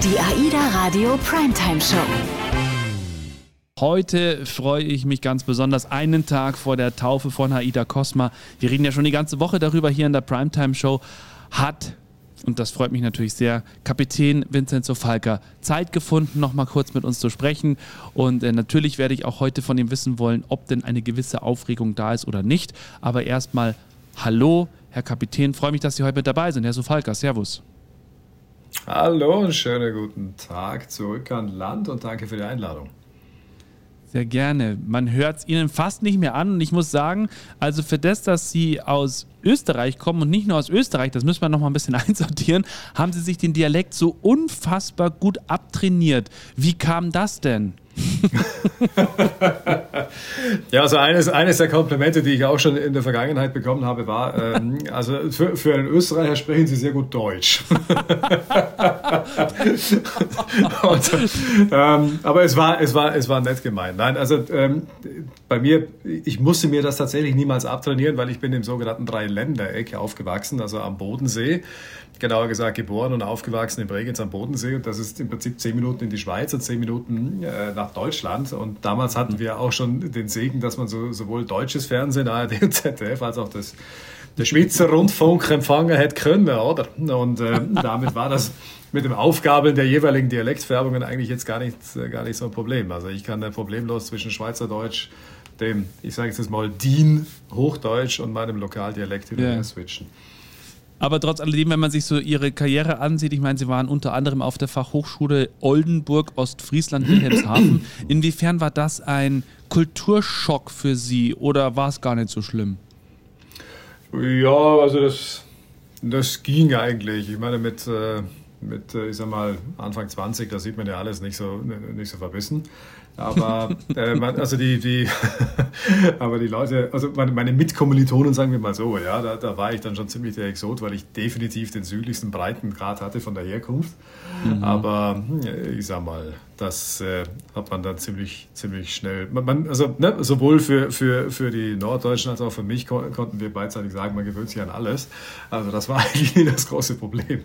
Die AIDA Radio Primetime Show. Heute freue ich mich ganz besonders, einen Tag vor der Taufe von AIDA Cosma. Wir reden ja schon die ganze Woche darüber hier in der Primetime Show. Und das freut mich natürlich sehr, Kapitän Vincenzo Falca Zeit gefunden, noch mal kurz mit uns zu sprechen. Und natürlich werde ich auch heute von ihm wissen wollen, ob denn eine gewisse Aufregung da ist oder nicht. Aber erstmal hallo, Herr Kapitän. Freue mich, dass Sie heute mit dabei sind. Herr Sofalka, servus. Hallo und schönen guten Tag zurück an Land und danke für die Einladung. Sehr gerne. Man hört es Ihnen fast nicht mehr an und ich muss sagen, also für das, dass Sie aus Österreich kommen und nicht nur aus Österreich, das müssen wir noch mal ein bisschen einsortieren, haben Sie sich den Dialekt so unfassbar gut abtrainiert. Wie kam das denn? Ja, also eines der Komplimente, die ich auch schon in der Vergangenheit bekommen habe, war, also für einen Österreicher sprechen Sie sehr gut Deutsch. Aber es war nett gemeint. Nein, also bei mir, ich musste mir das tatsächlich niemals abtrainieren, weil ich bin im sogenannten Dreiländereck aufgewachsen, also am Bodensee. Genauer gesagt geboren und aufgewachsen in Bregenz am Bodensee. Und das ist im Prinzip 10 Minuten in die Schweiz und 10 Minuten nach Deutschland. Und damals hatten wir auch schon den Segen, dass man sowohl deutsches Fernsehen, ARD und ZDF, als auch der Schweizer Rundfunk empfangen hätte können, oder? Und damit war das mit dem Aufgabeln der jeweiligen Dialektfärbungen eigentlich jetzt gar nicht so ein Problem. Also ich kann problemlos zwischen Schweizerdeutsch, dem, ich sage jetzt mal, DIN Hochdeutsch und meinem Lokaldialekt hin und her switchen. Aber trotz alledem, wenn man sich so Ihre Karriere ansieht, ich meine, Sie waren unter anderem auf der Fachhochschule Oldenburg, Ostfriesland, Wilhelmshaven. Inwiefern war das ein Kulturschock für Sie oder war es gar nicht so schlimm? Ja, also das ging eigentlich. Ich meine, mit ich sag mal, Anfang 20, da sieht man ja alles nicht so verbissen. Aber aber die Leute, also meine Mitkommilitonen, sagen wir mal so, ja, da war ich dann schon ziemlich der Exot, weil ich definitiv den südlichsten Breitengrad hatte von der Herkunft. Mhm. Aber ich sag mal, das hat man dann ziemlich schnell. Sowohl für die Norddeutschen als auch für mich konnten wir beidseitig sagen, man gewöhnt sich an alles. Also das war eigentlich nie das große Problem.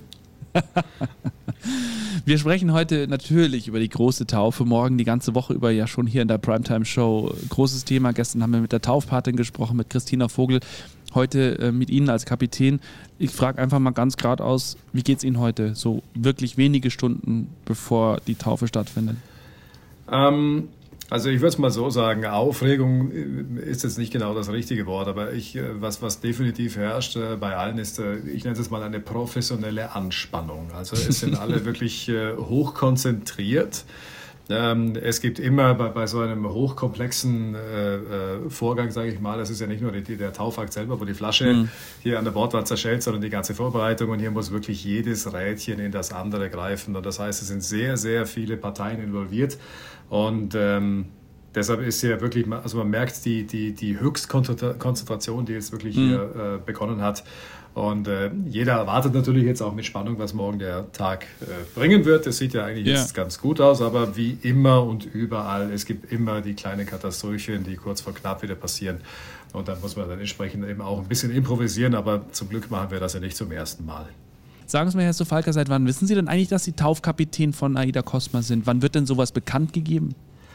Wir sprechen heute natürlich über die große Taufe, morgen die ganze Woche über ja schon hier in der Primetime Show. Großes Thema, gestern haben wir mit der Taufpatin gesprochen, mit Christina Vogel, heute mit Ihnen als Kapitän. Ich frage einfach mal ganz geradeaus, wie geht es Ihnen heute, so wirklich wenige Stunden bevor die Taufe stattfindet? Also ich würde es mal so sagen, Aufregung ist jetzt nicht genau das richtige Wort, aber was definitiv herrscht bei allen ist, ich nenne es mal eine professionelle Anspannung. Also es sind alle wirklich hochkonzentriert. Es gibt immer bei so einem hochkomplexen Vorgang, sage ich mal, das ist ja nicht nur der Taufakt selber, wo die Flasche hier an der Bordwand zerschellt, sondern die ganze Vorbereitung und hier muss wirklich jedes Rädchen in das andere greifen und das heißt, es sind sehr, sehr viele Parteien involviert und deshalb ist hier wirklich, also man merkt die Höchstkonzentration, die jetzt wirklich hier begonnen hat. Und jeder erwartet natürlich jetzt auch mit Spannung, was morgen der Tag bringen wird. Das sieht ja eigentlich jetzt ganz gut aus, aber wie immer und überall, es gibt immer die kleinen Katastrophen, die kurz vor knapp wieder passieren. Und dann muss man dann entsprechend eben auch ein bisschen improvisieren, aber zum Glück machen wir das ja nicht zum ersten Mal. Sagen Sie mir, Herr Sofalka, seit wann wissen Sie denn eigentlich, dass Sie Taufkapitän von AIDA Cosma sind? Wann wird denn sowas bekannt gegeben?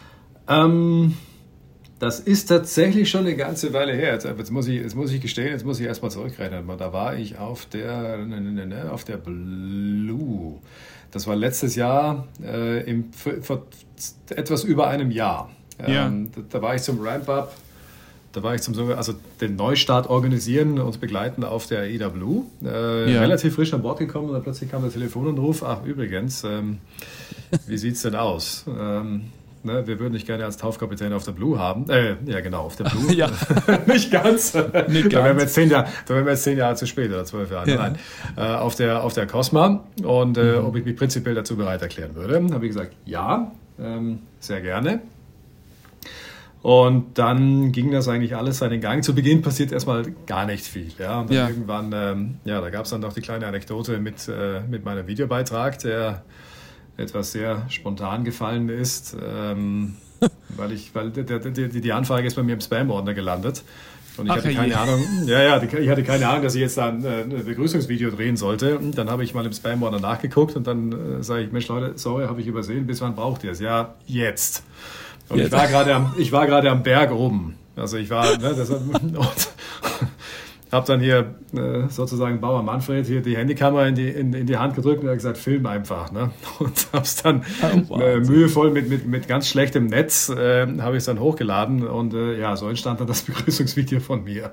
Das ist tatsächlich schon eine ganze Weile her. Jetzt muss ich gestehen, jetzt muss ich erstmal zurückrechnen. Da war ich auf der Blue. Das war letztes Jahr, vor etwas über einem Jahr. Ja. Da war ich zum Ramp-Up, also den Neustart organisieren und begleiten auf der AIDA Blue. Relativ frisch an Bord gekommen und dann plötzlich kam der Telefonanruf. Ach, übrigens, wie sieht's denn aus? Wir würden dich gerne als Taufkapitän auf der Blue haben. Ja, genau, auf der Blue. Ja. Nicht ganz. Da wären wir jetzt 10 Jahre zu spät oder 12 Jahre. Ja. Nein. Auf der Cosma. Und ob ich mich prinzipiell dazu bereit erklären würde, habe ich gesagt, ja, sehr gerne. Und dann ging das eigentlich alles seinen Gang. Zu Beginn passiert erstmal gar nicht viel. Ja? Und dann irgendwann, da gab es dann noch die kleine Anekdote mit meinem Videobeitrag, der etwas sehr spontan gefallen ist, weil die Anfrage ist bei mir im Spam-Ordner gelandet. Und ich hatte keine Ahnung, ich hatte keine Ahnung, dass ich jetzt da ein Begrüßungsvideo drehen sollte. Und dann habe ich mal im Spam-Ordner nachgeguckt und dann sage ich, Mensch Leute, sorry, habe ich übersehen, bis wann braucht ihr es? Ja, jetzt. Und ich war gerade am Berg oben. Also ich war, habe dann hier sozusagen Bauer Manfred hier die Handykamera in die Hand gedrückt und er hat gesagt, film einfach. Ne? Und habe es dann mühevoll mit ganz schlechtem Netz habe ich es dann hochgeladen und so entstand dann das Begrüßungsvideo von mir.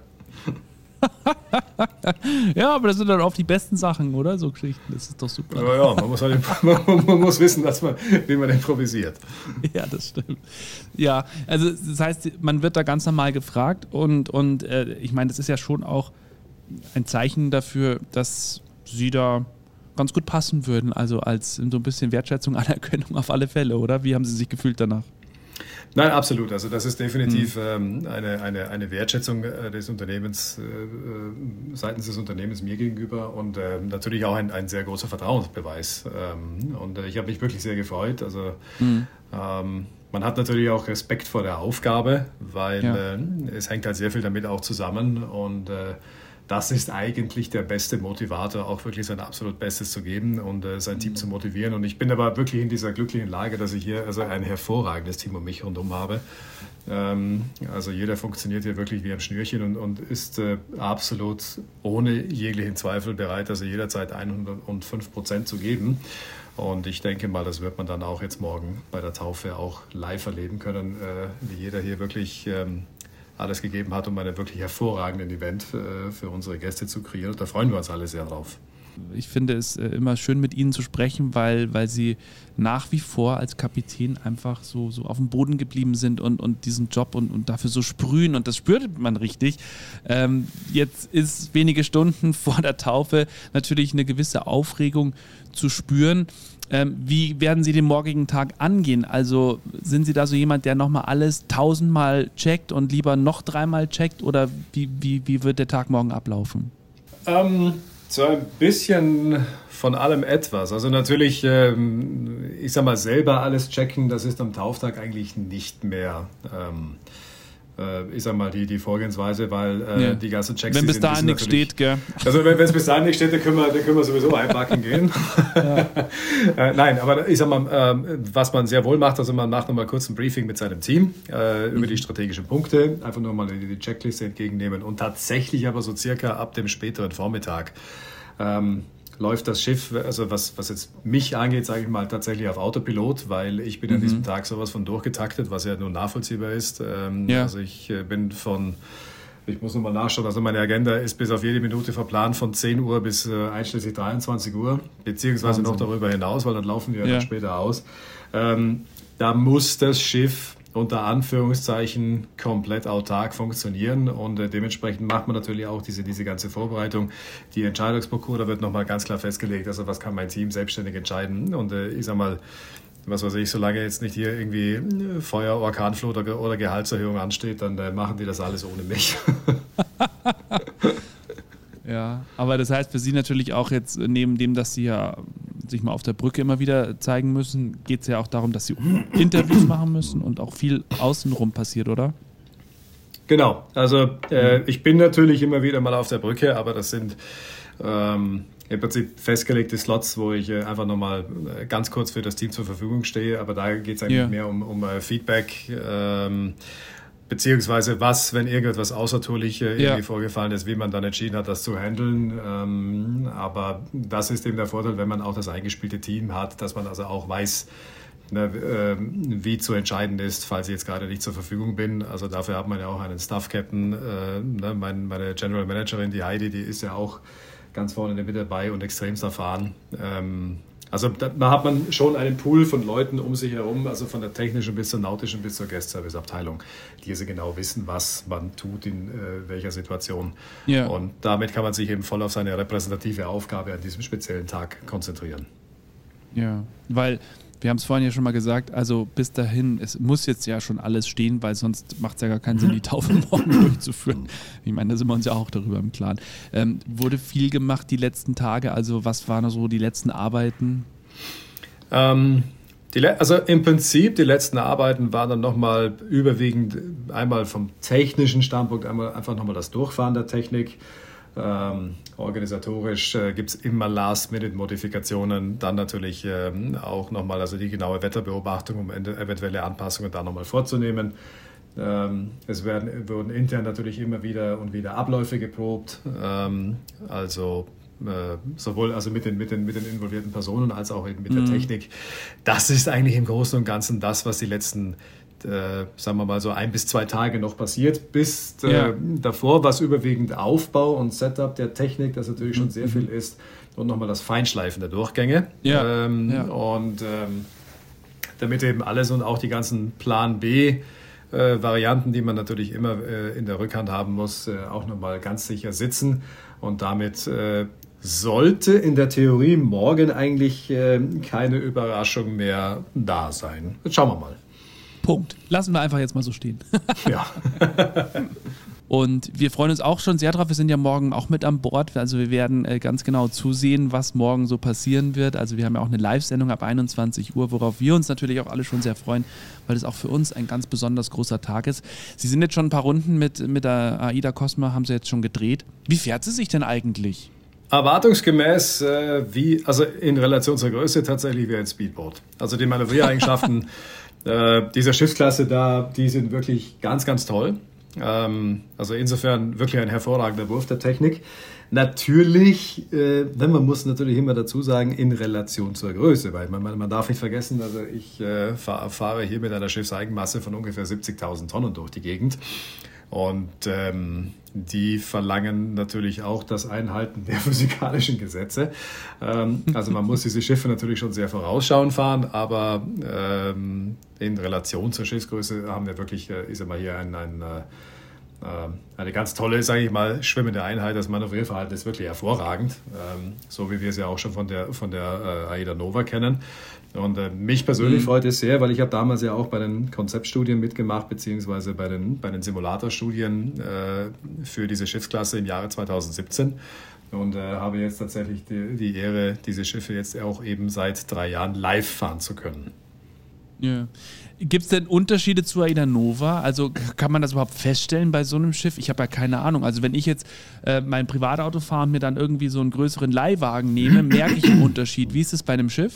Ja, aber das sind dann oft die besten Sachen, oder? So Geschichten, das ist doch super. Ja, man muss wissen, wie man improvisiert. Ja, das stimmt. Ja, also das heißt, man wird da ganz normal gefragt und ich meine, das ist ja schon auch ein Zeichen dafür, dass Sie da ganz gut passen würden, also als so ein bisschen Wertschätzung, Anerkennung auf alle Fälle, oder? Wie haben Sie sich gefühlt danach? Nein, absolut. Also das ist definitiv eine Wertschätzung des Unternehmens, seitens des Unternehmens mir gegenüber und natürlich auch ein sehr großer Vertrauensbeweis. Und ich habe mich wirklich sehr gefreut. Also man hat natürlich auch Respekt vor der Aufgabe, weil es hängt halt sehr viel damit auch zusammen und das ist eigentlich der beste Motivator, auch wirklich sein absolut Bestes zu geben und sein Team zu motivieren. Und ich bin aber wirklich in dieser glücklichen Lage, dass ich hier also ein hervorragendes Team um mich rundum habe. Also jeder funktioniert hier wirklich wie am Schnürchen und ist absolut ohne jeglichen Zweifel bereit, also jederzeit 105% zu geben. Und ich denke mal, das wird man dann auch jetzt morgen bei der Taufe auch live erleben können, wie jeder hier wirklich alles gegeben hat, um einen wirklich hervorragenden Event für unsere Gäste zu kreieren. Und da freuen wir uns alle sehr drauf. Ich finde es immer schön, mit Ihnen zu sprechen, weil Sie nach wie vor als Kapitän einfach so auf dem Boden geblieben sind und diesen Job und dafür so sprühen und das spürt man richtig. Jetzt ist wenige Stunden vor der Taufe natürlich eine gewisse Aufregung zu spüren. Wie werden Sie den morgigen Tag angehen? Also sind Sie da so jemand, der nochmal alles 1000-mal checkt und lieber noch 3-mal checkt oder wie wird der Tag morgen ablaufen? So ein bisschen von allem etwas. Also natürlich, ich sag mal, selber alles checken, das ist am Tauftag eigentlich nicht mehr, ich sag mal, die Vorgehensweise, weil die ganzen Checks... Wenn bis dahin nichts steht, gell? Also wenn es bis dahin nichts steht, dann können wir sowieso einpacken gehen. Nein, aber ich sag mal, was man sehr wohl macht, also man macht nochmal kurz ein Briefing mit seinem Team über die strategischen Punkte, einfach nochmal die Checkliste entgegennehmen und tatsächlich aber so circa ab dem späteren Vormittag läuft das Schiff, also was jetzt mich angeht, sage ich mal, tatsächlich auf Autopilot, weil ich bin an diesem Tag sowas von durchgetaktet, was ja nur nachvollziehbar ist. Also ich muss nochmal nachschauen, also meine Agenda ist bis auf jede Minute verplant von 10 Uhr bis einschließlich 23 Uhr, beziehungsweise noch darüber hinaus, weil dann laufen wir dann später aus. Da muss das Schiff unter Anführungszeichen komplett autark funktionieren und dementsprechend macht man natürlich auch diese ganze Vorbereitung. Die Entscheidungsprozedure, da wird nochmal ganz klar festgelegt, also was kann mein Team selbstständig entscheiden und ich sag mal, was weiß ich, solange jetzt nicht hier irgendwie Feuer, Orkanflut oder Gehaltserhöhung ansteht, dann machen die das alles ohne mich. Ja, aber das heißt für Sie natürlich auch jetzt, neben dem, dass Sie ja sich mal auf der Brücke immer wieder zeigen müssen, geht es ja auch darum, dass Sie Interviews machen müssen und auch viel außenrum passiert, oder? Genau, also ich bin natürlich immer wieder mal auf der Brücke, aber das sind im Prinzip festgelegte Slots, wo ich einfach nochmal ganz kurz für das Team zur Verfügung stehe, aber da geht es eigentlich mehr um Feedback, beziehungsweise wenn irgendetwas außertourlich irgendwie vorgefallen ist, wie man dann entschieden hat, das zu handeln. Aber das ist eben der Vorteil, wenn man auch das eingespielte Team hat, dass man also auch weiß, wie zu entscheiden ist, falls ich jetzt gerade nicht zur Verfügung bin. Also dafür hat man ja auch einen Staff-Captain. Meine General Managerin, die Heidi, die ist ja auch ganz vorne mit dabei und extremst erfahren. Also da hat man schon einen Pool von Leuten um sich herum, also von der technischen bis zur nautischen bis zur Guest-Service-Abteilung, die also genau wissen, was man tut in welcher Situation. Ja. Und damit kann man sich eben voll auf seine repräsentative Aufgabe an diesem speziellen Tag konzentrieren. Ja, weil wir haben es vorhin ja schon mal gesagt, also bis dahin, es muss jetzt ja schon alles stehen, weil sonst macht es ja gar keinen Sinn, die Taufe morgen durchzuführen. Ich meine, da sind wir uns ja auch darüber im Klaren. Wurde viel gemacht die letzten Tage, also was waren so die letzten Arbeiten? Also im Prinzip, die letzten Arbeiten waren dann nochmal überwiegend einmal vom technischen Standpunkt, einmal einfach nochmal das Durchfahren der Technik. Organisatorisch gibt es immer Last-Minute-Modifikationen, dann natürlich auch nochmal also die genaue Wetterbeobachtung, um eventuelle Anpassungen da nochmal vorzunehmen. Es wurden intern natürlich immer wieder und wieder Abläufe geprobt, sowohl also mit den involvierten Personen als auch eben mit der Technik. Das ist eigentlich im Großen und Ganzen das, was die letzten, sagen wir mal so 1 bis 2 Tage noch passiert. Bis davor war es überwiegend Aufbau und Setup der Technik, das natürlich schon sehr viel ist, und nochmal das Feinschleifen der Durchgänge. Damit eben alles und auch die ganzen Plan B Varianten, die man natürlich immer in der Rückhand haben muss, auch nochmal ganz sicher sitzen. Und damit sollte in der Theorie morgen eigentlich keine Überraschung mehr da sein. Jetzt schauen wir mal. Punkt. Lassen wir einfach jetzt mal so stehen. Ja. Und wir freuen uns auch schon sehr drauf. Wir sind ja morgen auch mit an Bord. Also wir werden ganz genau zusehen, was morgen so passieren wird. Also wir haben ja auch eine Live-Sendung ab 21 Uhr, worauf wir uns natürlich auch alle schon sehr freuen, weil es auch für uns ein ganz besonders großer Tag ist. Sie sind jetzt schon ein paar Runden mit der AIDA Cosma, haben Sie jetzt schon gedreht. Wie fährt sie sich denn eigentlich? Erwartungsgemäß also in Relation zur Größe tatsächlich wie ein Speedboat. Also die Manövriereigenschaften dieser Schiffsklasse da, die sind wirklich ganz, ganz toll. Also insofern wirklich ein hervorragender Wurf der Technik. Natürlich, man muss natürlich immer dazu sagen, in Relation zur Größe, weil man darf nicht vergessen, also ich fahre hier mit einer Schiffseigenmasse von ungefähr 70.000 Tonnen durch die Gegend. Und die verlangen natürlich auch das Einhalten der physikalischen Gesetze. Also man muss diese Schiffe natürlich schon sehr vorausschauend fahren, aber in Relation zur Schiffsgröße haben wir wirklich, ich sag mal, hier eine ganz tolle, sage ich mal, schwimmende Einheit. Das Manövrierverhalten ist wirklich hervorragend, so wie wir es ja auch schon von der AIDA Nova kennen. Und mich persönlich freut es sehr, weil ich habe damals ja auch bei den Konzeptstudien mitgemacht, beziehungsweise bei den Simulatorstudien für diese Schiffsklasse im Jahre 2017 und habe jetzt tatsächlich die Ehre, diese Schiffe jetzt auch eben seit 3 Jahren live fahren zu können. Ja. Gibt es denn Unterschiede zu AIDA Nova? Also kann man das überhaupt feststellen bei so einem Schiff? Ich habe ja keine Ahnung. Also wenn ich jetzt mein Privatauto fahre und mir dann irgendwie so einen größeren Leihwagen nehme, merke ich einen Unterschied. Wie ist es bei einem Schiff?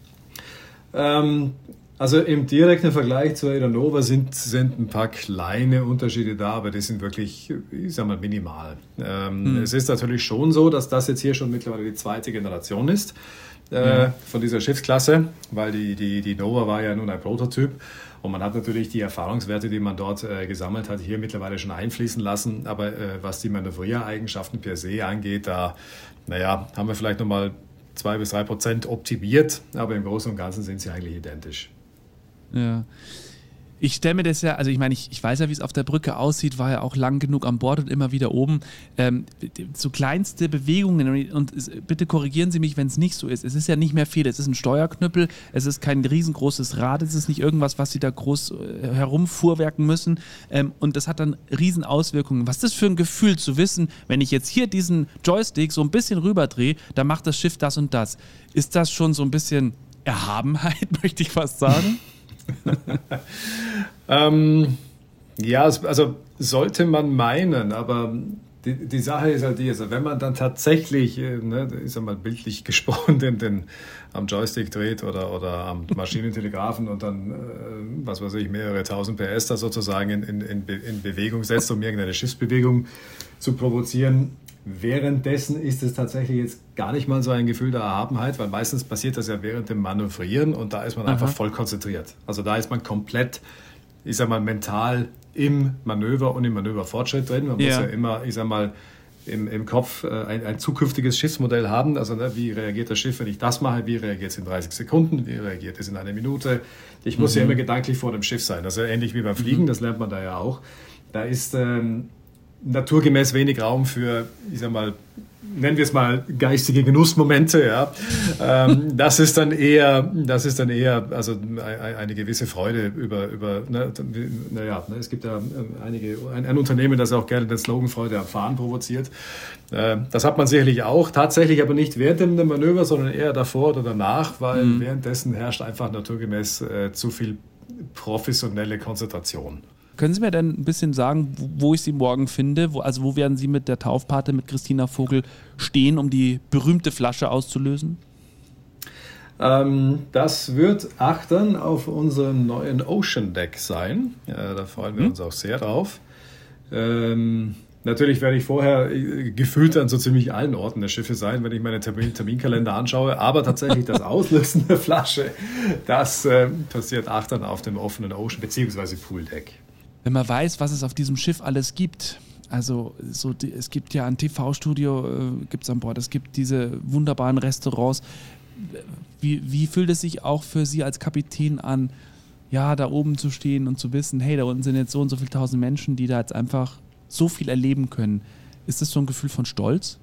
Also im direkten Vergleich zu AIDA Nova sind ein paar kleine Unterschiede da, aber die sind wirklich, ich sag mal, minimal. Es ist natürlich schon so, dass das jetzt hier schon mittlerweile die 2. Generation ist von dieser Schiffsklasse, weil die Nova war ja nun ein Prototyp und man hat natürlich die Erfahrungswerte, die man dort gesammelt hat, hier mittlerweile schon einfließen lassen, aber was die Manövriereigenschaften per se angeht, da haben wir vielleicht nochmal 2-3% optimiert, aber im Großen und Ganzen sind sie eigentlich identisch. Ja. Ich stelle mir das ja, also ich meine, ich weiß ja, wie es auf der Brücke aussieht, war ja auch lang genug an Bord und immer wieder oben. So kleinste Bewegungen, und bitte korrigieren Sie mich, wenn es nicht so ist. Es ist ja nicht mehr viel, es ist ein Steuerknüppel, es ist kein riesengroßes Rad, es ist nicht irgendwas, was Sie da groß herumfuhrwerken müssen, und das hat dann riesen Auswirkungen. Was ist das für ein Gefühl zu wissen, wenn ich jetzt hier diesen Joystick so ein bisschen rüberdrehe, dann macht das Schiff das und das. Ist das schon so ein bisschen Erhabenheit, möchte ich fast sagen? Also sollte man meinen, aber die Sache ist halt die, also wenn man dann tatsächlich, ich sag mal bildlich gesprochen, am Joystick dreht oder am Maschinentelegraphen und dann, was weiß ich, mehrere 1000 PS da sozusagen in Bewegung setzt, um irgendeine Schiffsbewegung zu provozieren. Währenddessen ist es tatsächlich jetzt gar nicht mal so ein Gefühl der Erhabenheit, weil meistens passiert das ja während dem Manövrieren und da ist man einfach voll konzentriert. Also da ist man komplett, ich sag mal, mental im Manöver und im Manöverfortschritt drin. Man muss ja immer, ich sag mal, im Kopf ein zukünftiges Schiffsmodell haben. Also wie reagiert das Schiff, wenn ich das mache? Wie reagiert es in 30 Sekunden? Wie reagiert es in 1 Minute? Ich muss ja immer gedanklich vor dem Schiff sein. Also ähnlich wie beim Fliegen, das lernt man da ja auch. Da ist naturgemäß wenig Raum für, ich sag mal, nennen wir es mal geistige Genussmomente, ja. Das ist dann eher also eine gewisse Freude über es gibt ja ein Unternehmen, das auch gerne den Slogan Freude am Fahren provoziert. Das hat man sicherlich auch, tatsächlich aber nicht während dem Manöver, sondern eher davor oder danach, weil währenddessen herrscht einfach naturgemäß zu viel professionelle Konzentration. Können Sie mir denn ein bisschen sagen, wo ich Sie morgen finde? Wo werden Sie mit der Taufpate, mit Christina Vogel stehen, um die berühmte Flasche auszulösen? Das wird achtern auf unserem neuen Ocean Deck sein. Da freuen wir uns auch sehr drauf. Natürlich werde ich vorher gefühlt an so ziemlich allen Orten der Schiffe sein, wenn ich meine Terminkalender anschaue. Aber tatsächlich das Auslösen der Flasche, das passiert achtern auf dem offenen Ocean bzw. Pooldeck. Wenn man weiß, was es auf diesem Schiff alles gibt, also es gibt ja ein TV-Studio, gibt's an Bord, es gibt diese wunderbaren Restaurants. Wie fühlt es sich auch für Sie als Kapitän an, ja, da oben zu stehen und zu wissen, hey, da unten sind jetzt so und so viele tausend Menschen, die da jetzt einfach so viel erleben können. Ist das so ein Gefühl von Stolz?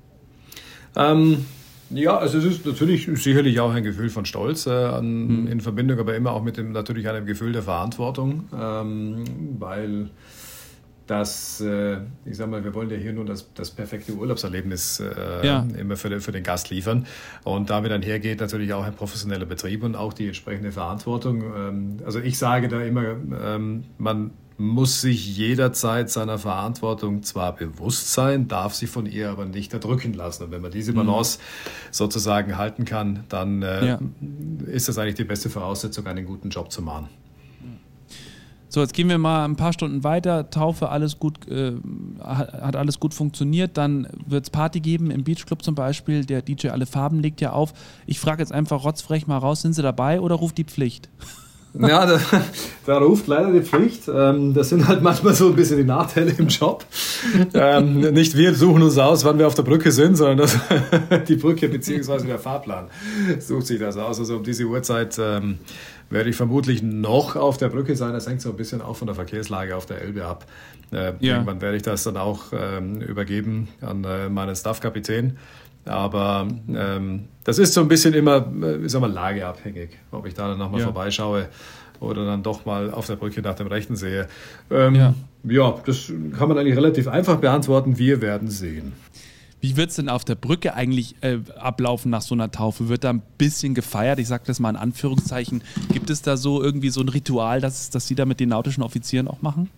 Ja, also es ist natürlich sicherlich auch ein Gefühl von Stolz in Verbindung, aber immer auch mit natürlich einem Gefühl der Verantwortung, weil das, ich sag mal, wir wollen ja hier nur das perfekte Urlaubserlebnis immer für den Gast liefern, und damit einhergeht natürlich auch ein professioneller Betrieb und auch die entsprechende Verantwortung. Also ich sage da immer, man muss sich jederzeit seiner Verantwortung zwar bewusst sein, darf sich von ihr aber nicht erdrücken lassen. Und wenn man diese Balance sozusagen halten kann, dann ist das eigentlich die beste Voraussetzung, einen guten Job zu machen. So, jetzt gehen wir mal ein paar Stunden weiter. Taufe, alles gut, hat alles gut funktioniert. Dann wird es Party geben im Beachclub zum Beispiel. Der DJ Alle Farben legt ja auf. Ich frage jetzt einfach rotzfrech mal raus, sind Sie dabei oder ruft die Pflicht? Ja, da ruft leider die Pflicht. Das sind halt manchmal so ein bisschen die Nachteile im Job. Nicht wir suchen uns aus, wann wir auf der Brücke sind, sondern die Brücke bzw. der Fahrplan sucht sich das aus. Also um diese Uhrzeit werde ich vermutlich noch auf der Brücke sein. Das hängt so ein bisschen auch von der Verkehrslage auf der Elbe ab. Irgendwann werde ich das dann auch übergeben an meinen Staffkapitän. Aber das ist so ein bisschen immer, ich sag mal, lageabhängig, ob ich da dann nochmal vorbeischaue oder dann doch mal auf der Brücke nach dem Rechten sehe. Das kann man eigentlich relativ einfach beantworten. Wir werden sehen. Wie wird es denn auf der Brücke eigentlich ablaufen nach so einer Taufe? Wird da ein bisschen gefeiert? Ich sage das mal in Anführungszeichen. Gibt es da so irgendwie so ein Ritual, das Sie da mit den nautischen Offizieren auch machen?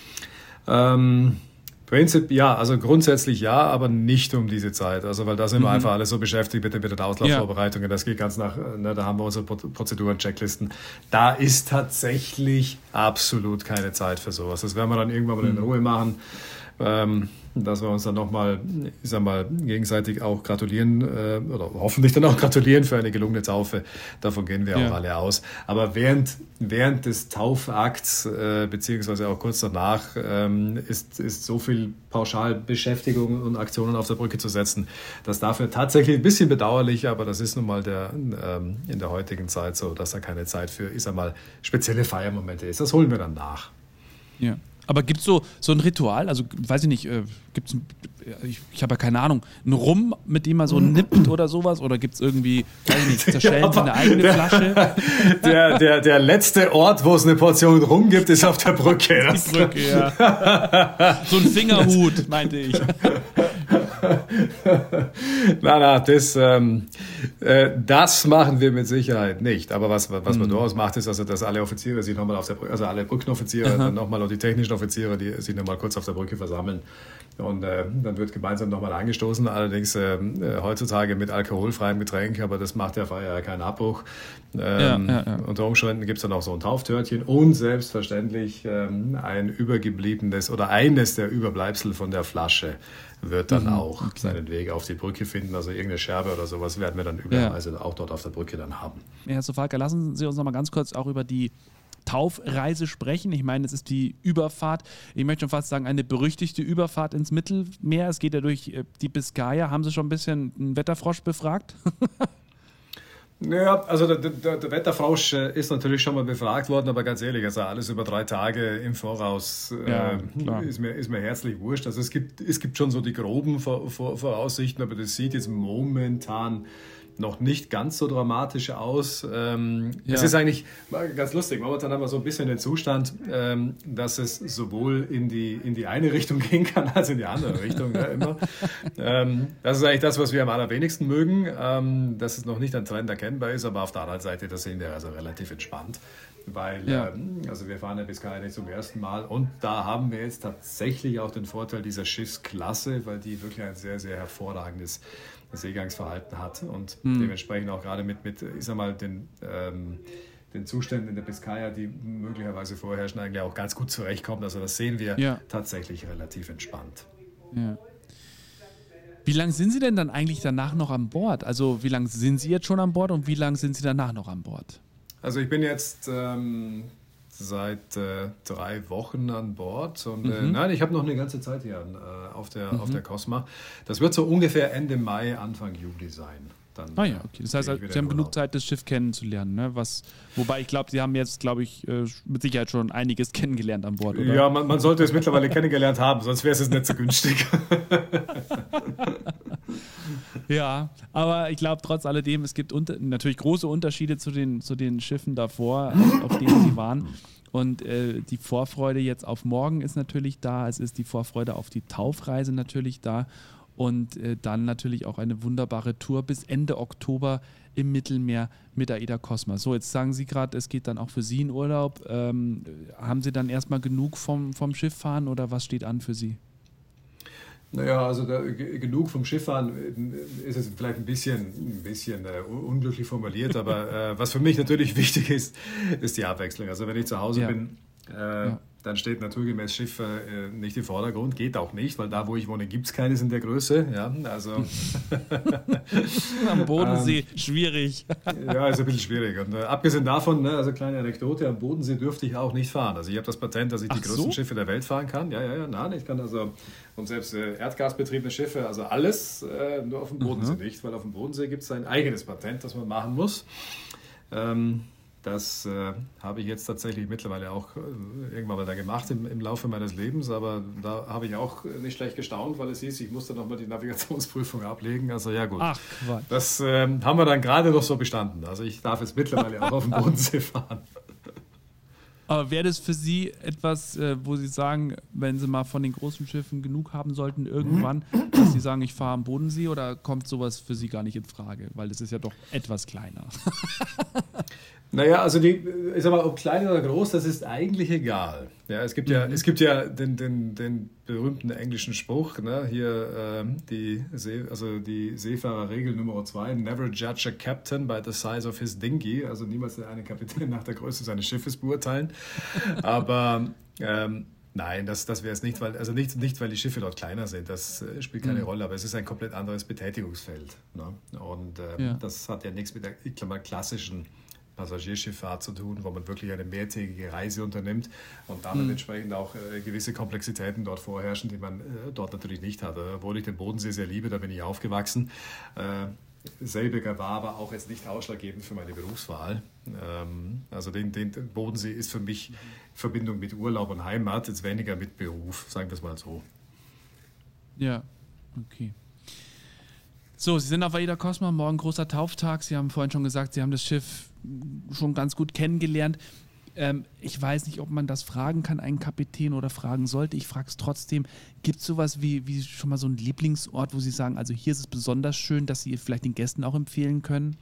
Prinzip ja, also grundsätzlich ja, aber nicht um diese Zeit. Also weil da sind wir einfach alle so beschäftigt mit den Auslaufvorbereitungen. Das geht ganz nach, da haben wir unsere Prozeduren, Checklisten. Da ist tatsächlich absolut keine Zeit für sowas. Das werden wir dann irgendwann mal in Ruhe machen. Dass wir uns dann nochmal, ich sag mal, gegenseitig auch gratulieren oder hoffentlich dann auch gratulieren für eine gelungene Taufe. Davon gehen wir auch alle aus. Aber während des Taufakts beziehungsweise auch kurz danach ist so viel Pauschalbeschäftigung und Aktionen auf der Brücke zu setzen, dass dafür tatsächlich ein bisschen bedauerlich, aber das ist nun mal in der heutigen Zeit so, dass da keine Zeit für, ich sag mal, spezielle Feiermomente ist. Das holen wir dann nach. Ja. Aber gibt es so ein Ritual, also weiß ich nicht, gibt's ich habe ja keine Ahnung, einen Rum, mit dem man so nippt oder sowas? Oder gibt es irgendwie, weiß ich nicht, zerschellen Sie eine eigene Flasche? Der letzte Ort, wo es eine Portion Rum gibt, ist auf der Brücke. Die Brücke, ja. So ein Fingerhut, meinte ich. Das machen wir mit Sicherheit nicht. Aber was man durchaus macht, ist, also, dass alle Offiziere sich nochmal auf der Brücke, also alle Brückenoffiziere, dann nochmal und die technischen Offiziere, die sich nochmal kurz auf der Brücke versammeln. Und dann wird gemeinsam nochmal angestoßen, allerdings heutzutage mit alkoholfreiem Getränk, aber das macht der Feier ja keinen Abbruch. Unter Umständen gibt es dann auch so ein Tauftörtchen und selbstverständlich ein übergebliebenes oder eines der Überbleibsel von der Flasche wird dann auch seinen Weg auf die Brücke finden. Also irgendeine Scherbe oder sowas werden wir dann üblicherweise auch dort auf der Brücke dann haben. Herr Sofalka, lassen Sie uns noch mal ganz kurz auch über die Taufreise sprechen. Ich meine, es ist die Überfahrt, ich möchte schon fast sagen, eine berüchtigte Überfahrt ins Mittelmeer. Es geht ja durch die Biskaya. Haben Sie schon ein bisschen einen Wetterfrosch befragt? Naja, also der Wetterfrosch ist natürlich schon mal befragt worden, aber ganz ehrlich, also alles über 3 Tage im Voraus ist mir herzlich wurscht. Also es gibt schon so die groben Voraussichten, aber das sieht jetzt momentan noch nicht ganz so dramatisch aus. Es ist eigentlich ganz lustig. Momentan haben wir so ein bisschen den Zustand, dass es sowohl in die eine Richtung gehen kann, als in die andere Richtung. Ja, immer. Das ist eigentlich das, was wir am allerwenigsten mögen, dass es noch nicht ein Trend erkennbar ist, aber auf der anderen Seite, das sehen wir also relativ entspannt. Weil also wir fahren ja Biskaya nicht zum ersten Mal und da haben wir jetzt tatsächlich auch den Vorteil dieser Schiffsklasse, weil die wirklich ein sehr, sehr hervorragendes Seegangsverhalten hat und dementsprechend auch gerade mit ich sag mal, den Zuständen in der Biskaya, die möglicherweise vorherrschen, eigentlich auch ganz gut zurechtkommt. Also das sehen wir tatsächlich relativ entspannt. Ja. Wie lange sind Sie denn dann eigentlich danach noch an Bord? Also wie lange sind Sie jetzt schon an Bord und wie lange sind Sie danach noch an Bord? Also ich bin jetzt seit 3 Wochen an Bord und nein, ich habe noch eine ganze Zeit hier auf der Cosma. Das wird so ungefähr Ende Mai, Anfang Juli sein. Dann, okay. Das heißt, Sie haben genug Zeit, das Schiff kennenzulernen, ne? Wobei ich glaube, Sie haben jetzt, mit Sicherheit schon einiges kennengelernt an Bord, oder? Ja, man sollte es mittlerweile kennengelernt haben, sonst wäre es nicht so günstig. Ja, aber ich glaube trotz alledem, es gibt natürlich große Unterschiede zu den Schiffen davor, auf denen Sie waren. Und die Vorfreude jetzt auf morgen ist natürlich da. Es ist die Vorfreude auf die Taufreise natürlich da. Und dann natürlich auch eine wunderbare Tour bis Ende Oktober im Mittelmeer mit AIDA Cosma. So, jetzt sagen Sie gerade, es geht dann auch für Sie in Urlaub. Haben Sie dann erstmal genug vom Schiff fahren oder was steht an für Sie? Naja, also genug vom Schifffahren ist jetzt vielleicht ein bisschen unglücklich formuliert, aber was für mich natürlich wichtig ist die Abwechslung. Also wenn ich zu Hause bin, dann steht naturgemäß Schiff nicht im Vordergrund, geht auch nicht, weil da, wo ich wohne, gibt es keines in der Größe. Ja, also am Bodensee schwierig. Ja, ist ein bisschen schwierig. Und abgesehen davon, ne, also kleine Anekdote, am Bodensee dürfte ich auch nicht fahren. Also ich habe das Patent, dass ich die größten Schiffe der Welt fahren kann. Nein, ich kann also, und selbst erdgasbetriebene Schiffe, also alles, nur auf dem Bodensee nicht, weil auf dem Bodensee gibt es ein eigenes Patent, das man machen muss. Das habe ich jetzt tatsächlich mittlerweile auch irgendwann mal da gemacht im Laufe meines Lebens, aber da habe ich auch nicht schlecht gestaunt, weil es hieß, ich musste nochmal die Navigationsprüfung ablegen. Also ja gut, ach, Quatsch. Das haben wir dann gerade noch so bestanden. Also ich darf jetzt mittlerweile auch auf dem Bodensee fahren. Aber wäre das für Sie etwas, wo Sie sagen, wenn Sie mal von den großen Schiffen genug haben sollten irgendwann, dass Sie sagen, ich fahre am Bodensee, oder kommt sowas für Sie gar nicht in Frage? Weil das ist ja doch etwas kleiner. Naja, also ich sag mal, ob klein oder groß, das ist eigentlich egal. Ja, es gibt ja den berühmten englischen Spruch, ne? Hier die Seefahrerregel Nummer 2, never judge a captain by the size of his dinghy, also niemals einen Kapitän nach der Größe seines Schiffes beurteilen. Aber nein, das wäre es nicht, weil die Schiffe dort kleiner sind, das spielt keine Rolle, aber es ist ein komplett anderes Betätigungsfeld. Ne? Und das hat ja nichts mit der klassischen Passagierschifffahrt zu tun, wo man wirklich eine mehrtägige Reise unternimmt und damit entsprechend auch gewisse Komplexitäten dort vorherrschen, die man dort natürlich nicht hat. Obwohl ich den Bodensee sehr liebe, da bin ich aufgewachsen. Selbiger war aber auch jetzt nicht ausschlaggebend für meine Berufswahl. Also den Bodensee ist für mich Verbindung mit Urlaub und Heimat, jetzt weniger mit Beruf, sagen wir es mal so. Ja, okay. So, Sie sind auf AIDA Cosma, morgen großer Tauftag. Sie haben vorhin schon gesagt, Sie haben das Schiff schon ganz gut kennengelernt. Ich weiß nicht, ob man das fragen kann, einen Kapitän, oder fragen sollte. Ich frage es trotzdem. Gibt es sowas wie schon mal so einen Lieblingsort, wo Sie sagen, also hier ist es besonders schön, dass Sie vielleicht den Gästen auch empfehlen können?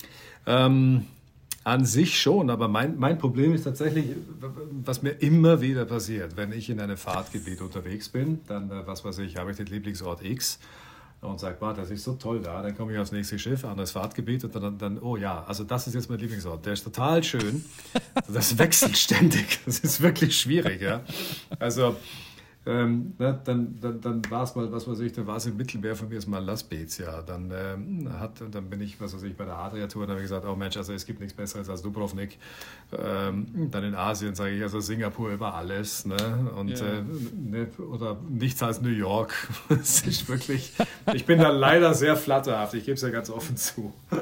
An sich schon, aber mein Problem ist tatsächlich, was mir immer wieder passiert, wenn ich in einem Fahrtgebiet unterwegs bin, dann, habe ich den Lieblingsort X und sage, das ist so toll da, dann komme ich aufs nächste Schiff, anderes Fahrtgebiet und dann, oh ja, also das ist jetzt mein Lieblingsort, der ist total schön, das wechselt ständig, das ist wirklich schwierig, ja. Also dann war es mal, da war es im Mittelmeer, von mir ist mal La Spezia, dann bin ich, bei der Adria-Tour, und habe ich gesagt, oh Mensch, also es gibt nichts Besseres als Dubrovnik, dann in Asien sage ich, also Singapur über alles, ne? Und oder nichts als New York, das ist wirklich, ich bin da leider sehr flatterhaft, ich gebe es ja ganz offen zu.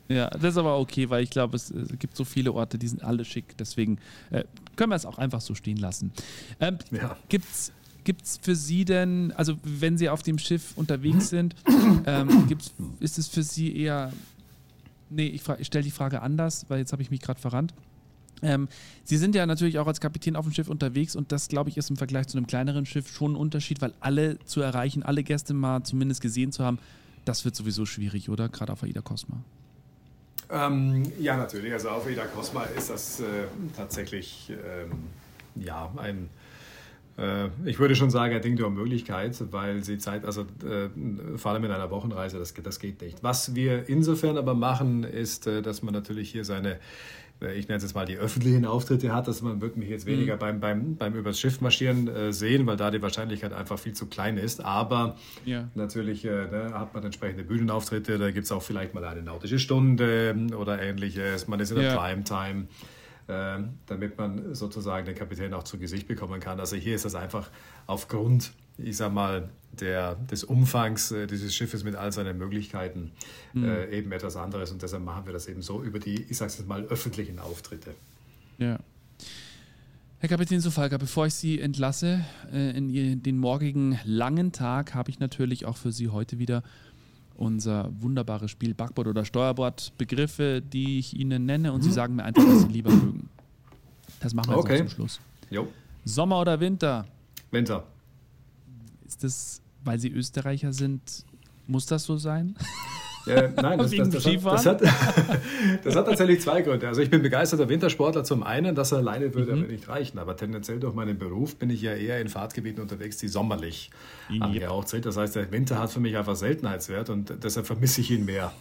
Ja, das ist aber okay, weil ich glaube, es gibt so viele Orte, die sind alle schick. Deswegen können wir es auch einfach so stehen lassen. Gibt's für Sie denn, also wenn Sie auf dem Schiff unterwegs sind, ist es für Sie eher, ich stelle die Frage anders, weil jetzt habe ich mich gerade verrannt. Sie sind ja natürlich auch als Kapitän auf dem Schiff unterwegs und das, glaube ich, ist im Vergleich zu einem kleineren Schiff schon ein Unterschied, weil alle zu erreichen, alle Gäste mal zumindest gesehen zu haben, das wird sowieso schwierig, oder? Gerade auf AIDA Cosma. Ja, natürlich. Also auf AIDA Cosma ist das tatsächlich ein, ich würde schon sagen, ein Ding der Unmöglichkeit, weil sie vor allem in einer Wochenreise, das geht nicht. Was wir insofern aber machen, ist, dass man natürlich hier seine, ich nenne es jetzt mal, die öffentlichen Auftritte hat, dass man wird mich jetzt weniger beim übers Schiff marschieren sehen, weil da die Wahrscheinlichkeit einfach viel zu klein ist. Aber natürlich hat man entsprechende Bühnenauftritte, da gibt es auch vielleicht mal eine nautische Stunde oder ähnliches. Man ist in der Primetime, damit man sozusagen den Kapitän auch zu Gesicht bekommen kann. Also hier ist das einfach aufgrund, ich sag mal, des Umfangs dieses Schiffes mit all seinen Möglichkeiten eben etwas anderes und deshalb machen wir das eben so über die, ich sag's jetzt mal, öffentlichen Auftritte. Ja. Herr Kapitän Sofalka, bevor ich Sie entlasse in den morgigen langen Tag, habe ich natürlich auch für Sie heute wieder unser wunderbares Spiel Backbord oder Steuerbord, Begriffe, die ich Ihnen nenne und Sie sagen mir einfach, was Sie lieber mögen. Das machen wir jetzt noch zum Schluss. Jo. Sommer oder Winter? Winter. Ist das, weil Sie Österreicher sind, muss das so sein? Nein, das hat tatsächlich zwei Gründe. Also ich bin begeisterter Wintersportler zum einen, das alleine würde aber nicht reichen, aber tendenziell durch meinen Beruf bin ich ja eher in Fahrtgebieten unterwegs, die sommerlich angehaucht sind. Das heißt, der Winter hat für mich einfach Seltenheitswert und deshalb vermisse ich ihn mehr.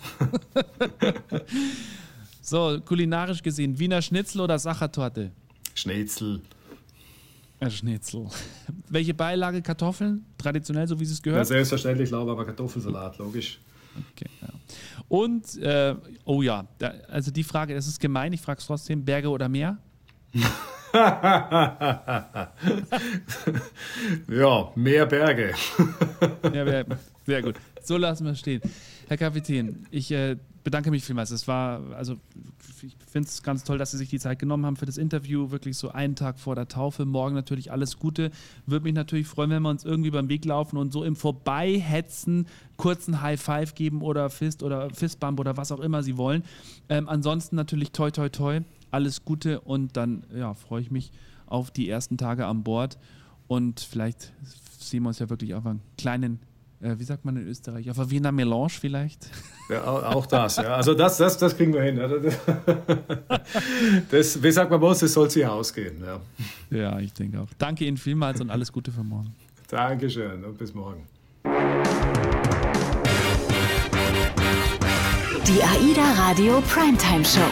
So, kulinarisch gesehen, Wiener Schnitzel oder Sachertorte? Schnitzel. Schnitzel. Welche Beilage? Kartoffeln? Traditionell, so wie Sie es gehört? Ja, selbstverständlich, aber Kartoffelsalat, logisch. Okay, ja. Und, also die Frage, das ist gemein, ich frage es trotzdem, Berge oder Meer? Ja, mehr Berge. Ja, sehr gut. So lassen wir es stehen. Herr Kapitän, ich bedanke mich vielmals. Ich finde es ganz toll, dass Sie sich die Zeit genommen haben für das Interview. Wirklich so einen Tag vor der Taufe. Morgen natürlich alles Gute. Würde mich natürlich freuen, wenn wir uns irgendwie beim Weg laufen und so im Vorbeihetzen kurzen High Five geben oder Fist oder Fistbump oder was auch immer Sie wollen. Ansonsten natürlich toi toi toi. Alles Gute und dann freue ich mich auf die ersten Tage an Bord und vielleicht sehen wir uns ja wirklich auf einen kleinen, wie sagt man in Österreich, auf einer Wiener Melange vielleicht? Ja, auch das, ja. Also das kriegen wir hin. Das, wie sagt man bei uns, das soll sich ausgehen. Ja. Ja, ich denke auch. Danke Ihnen vielmals und alles Gute für morgen. Dankeschön und bis morgen. Die AIDA Radio Primetime Show.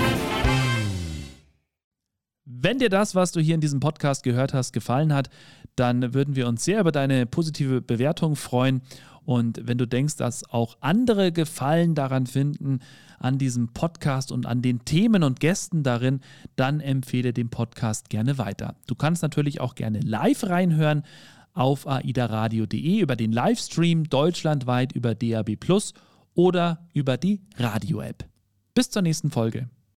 Wenn dir das, was du hier in diesem Podcast gehört hast, gefallen hat, dann würden wir uns sehr über deine positive Bewertung freuen. Und wenn du denkst, dass auch andere Gefallen daran finden, an diesem Podcast und an den Themen und Gästen darin, dann empfehle den Podcast gerne weiter. Du kannst natürlich auch gerne live reinhören auf aidaradio.de über den Livestream deutschlandweit über DAB+ oder über die Radio-App. Bis zur nächsten Folge.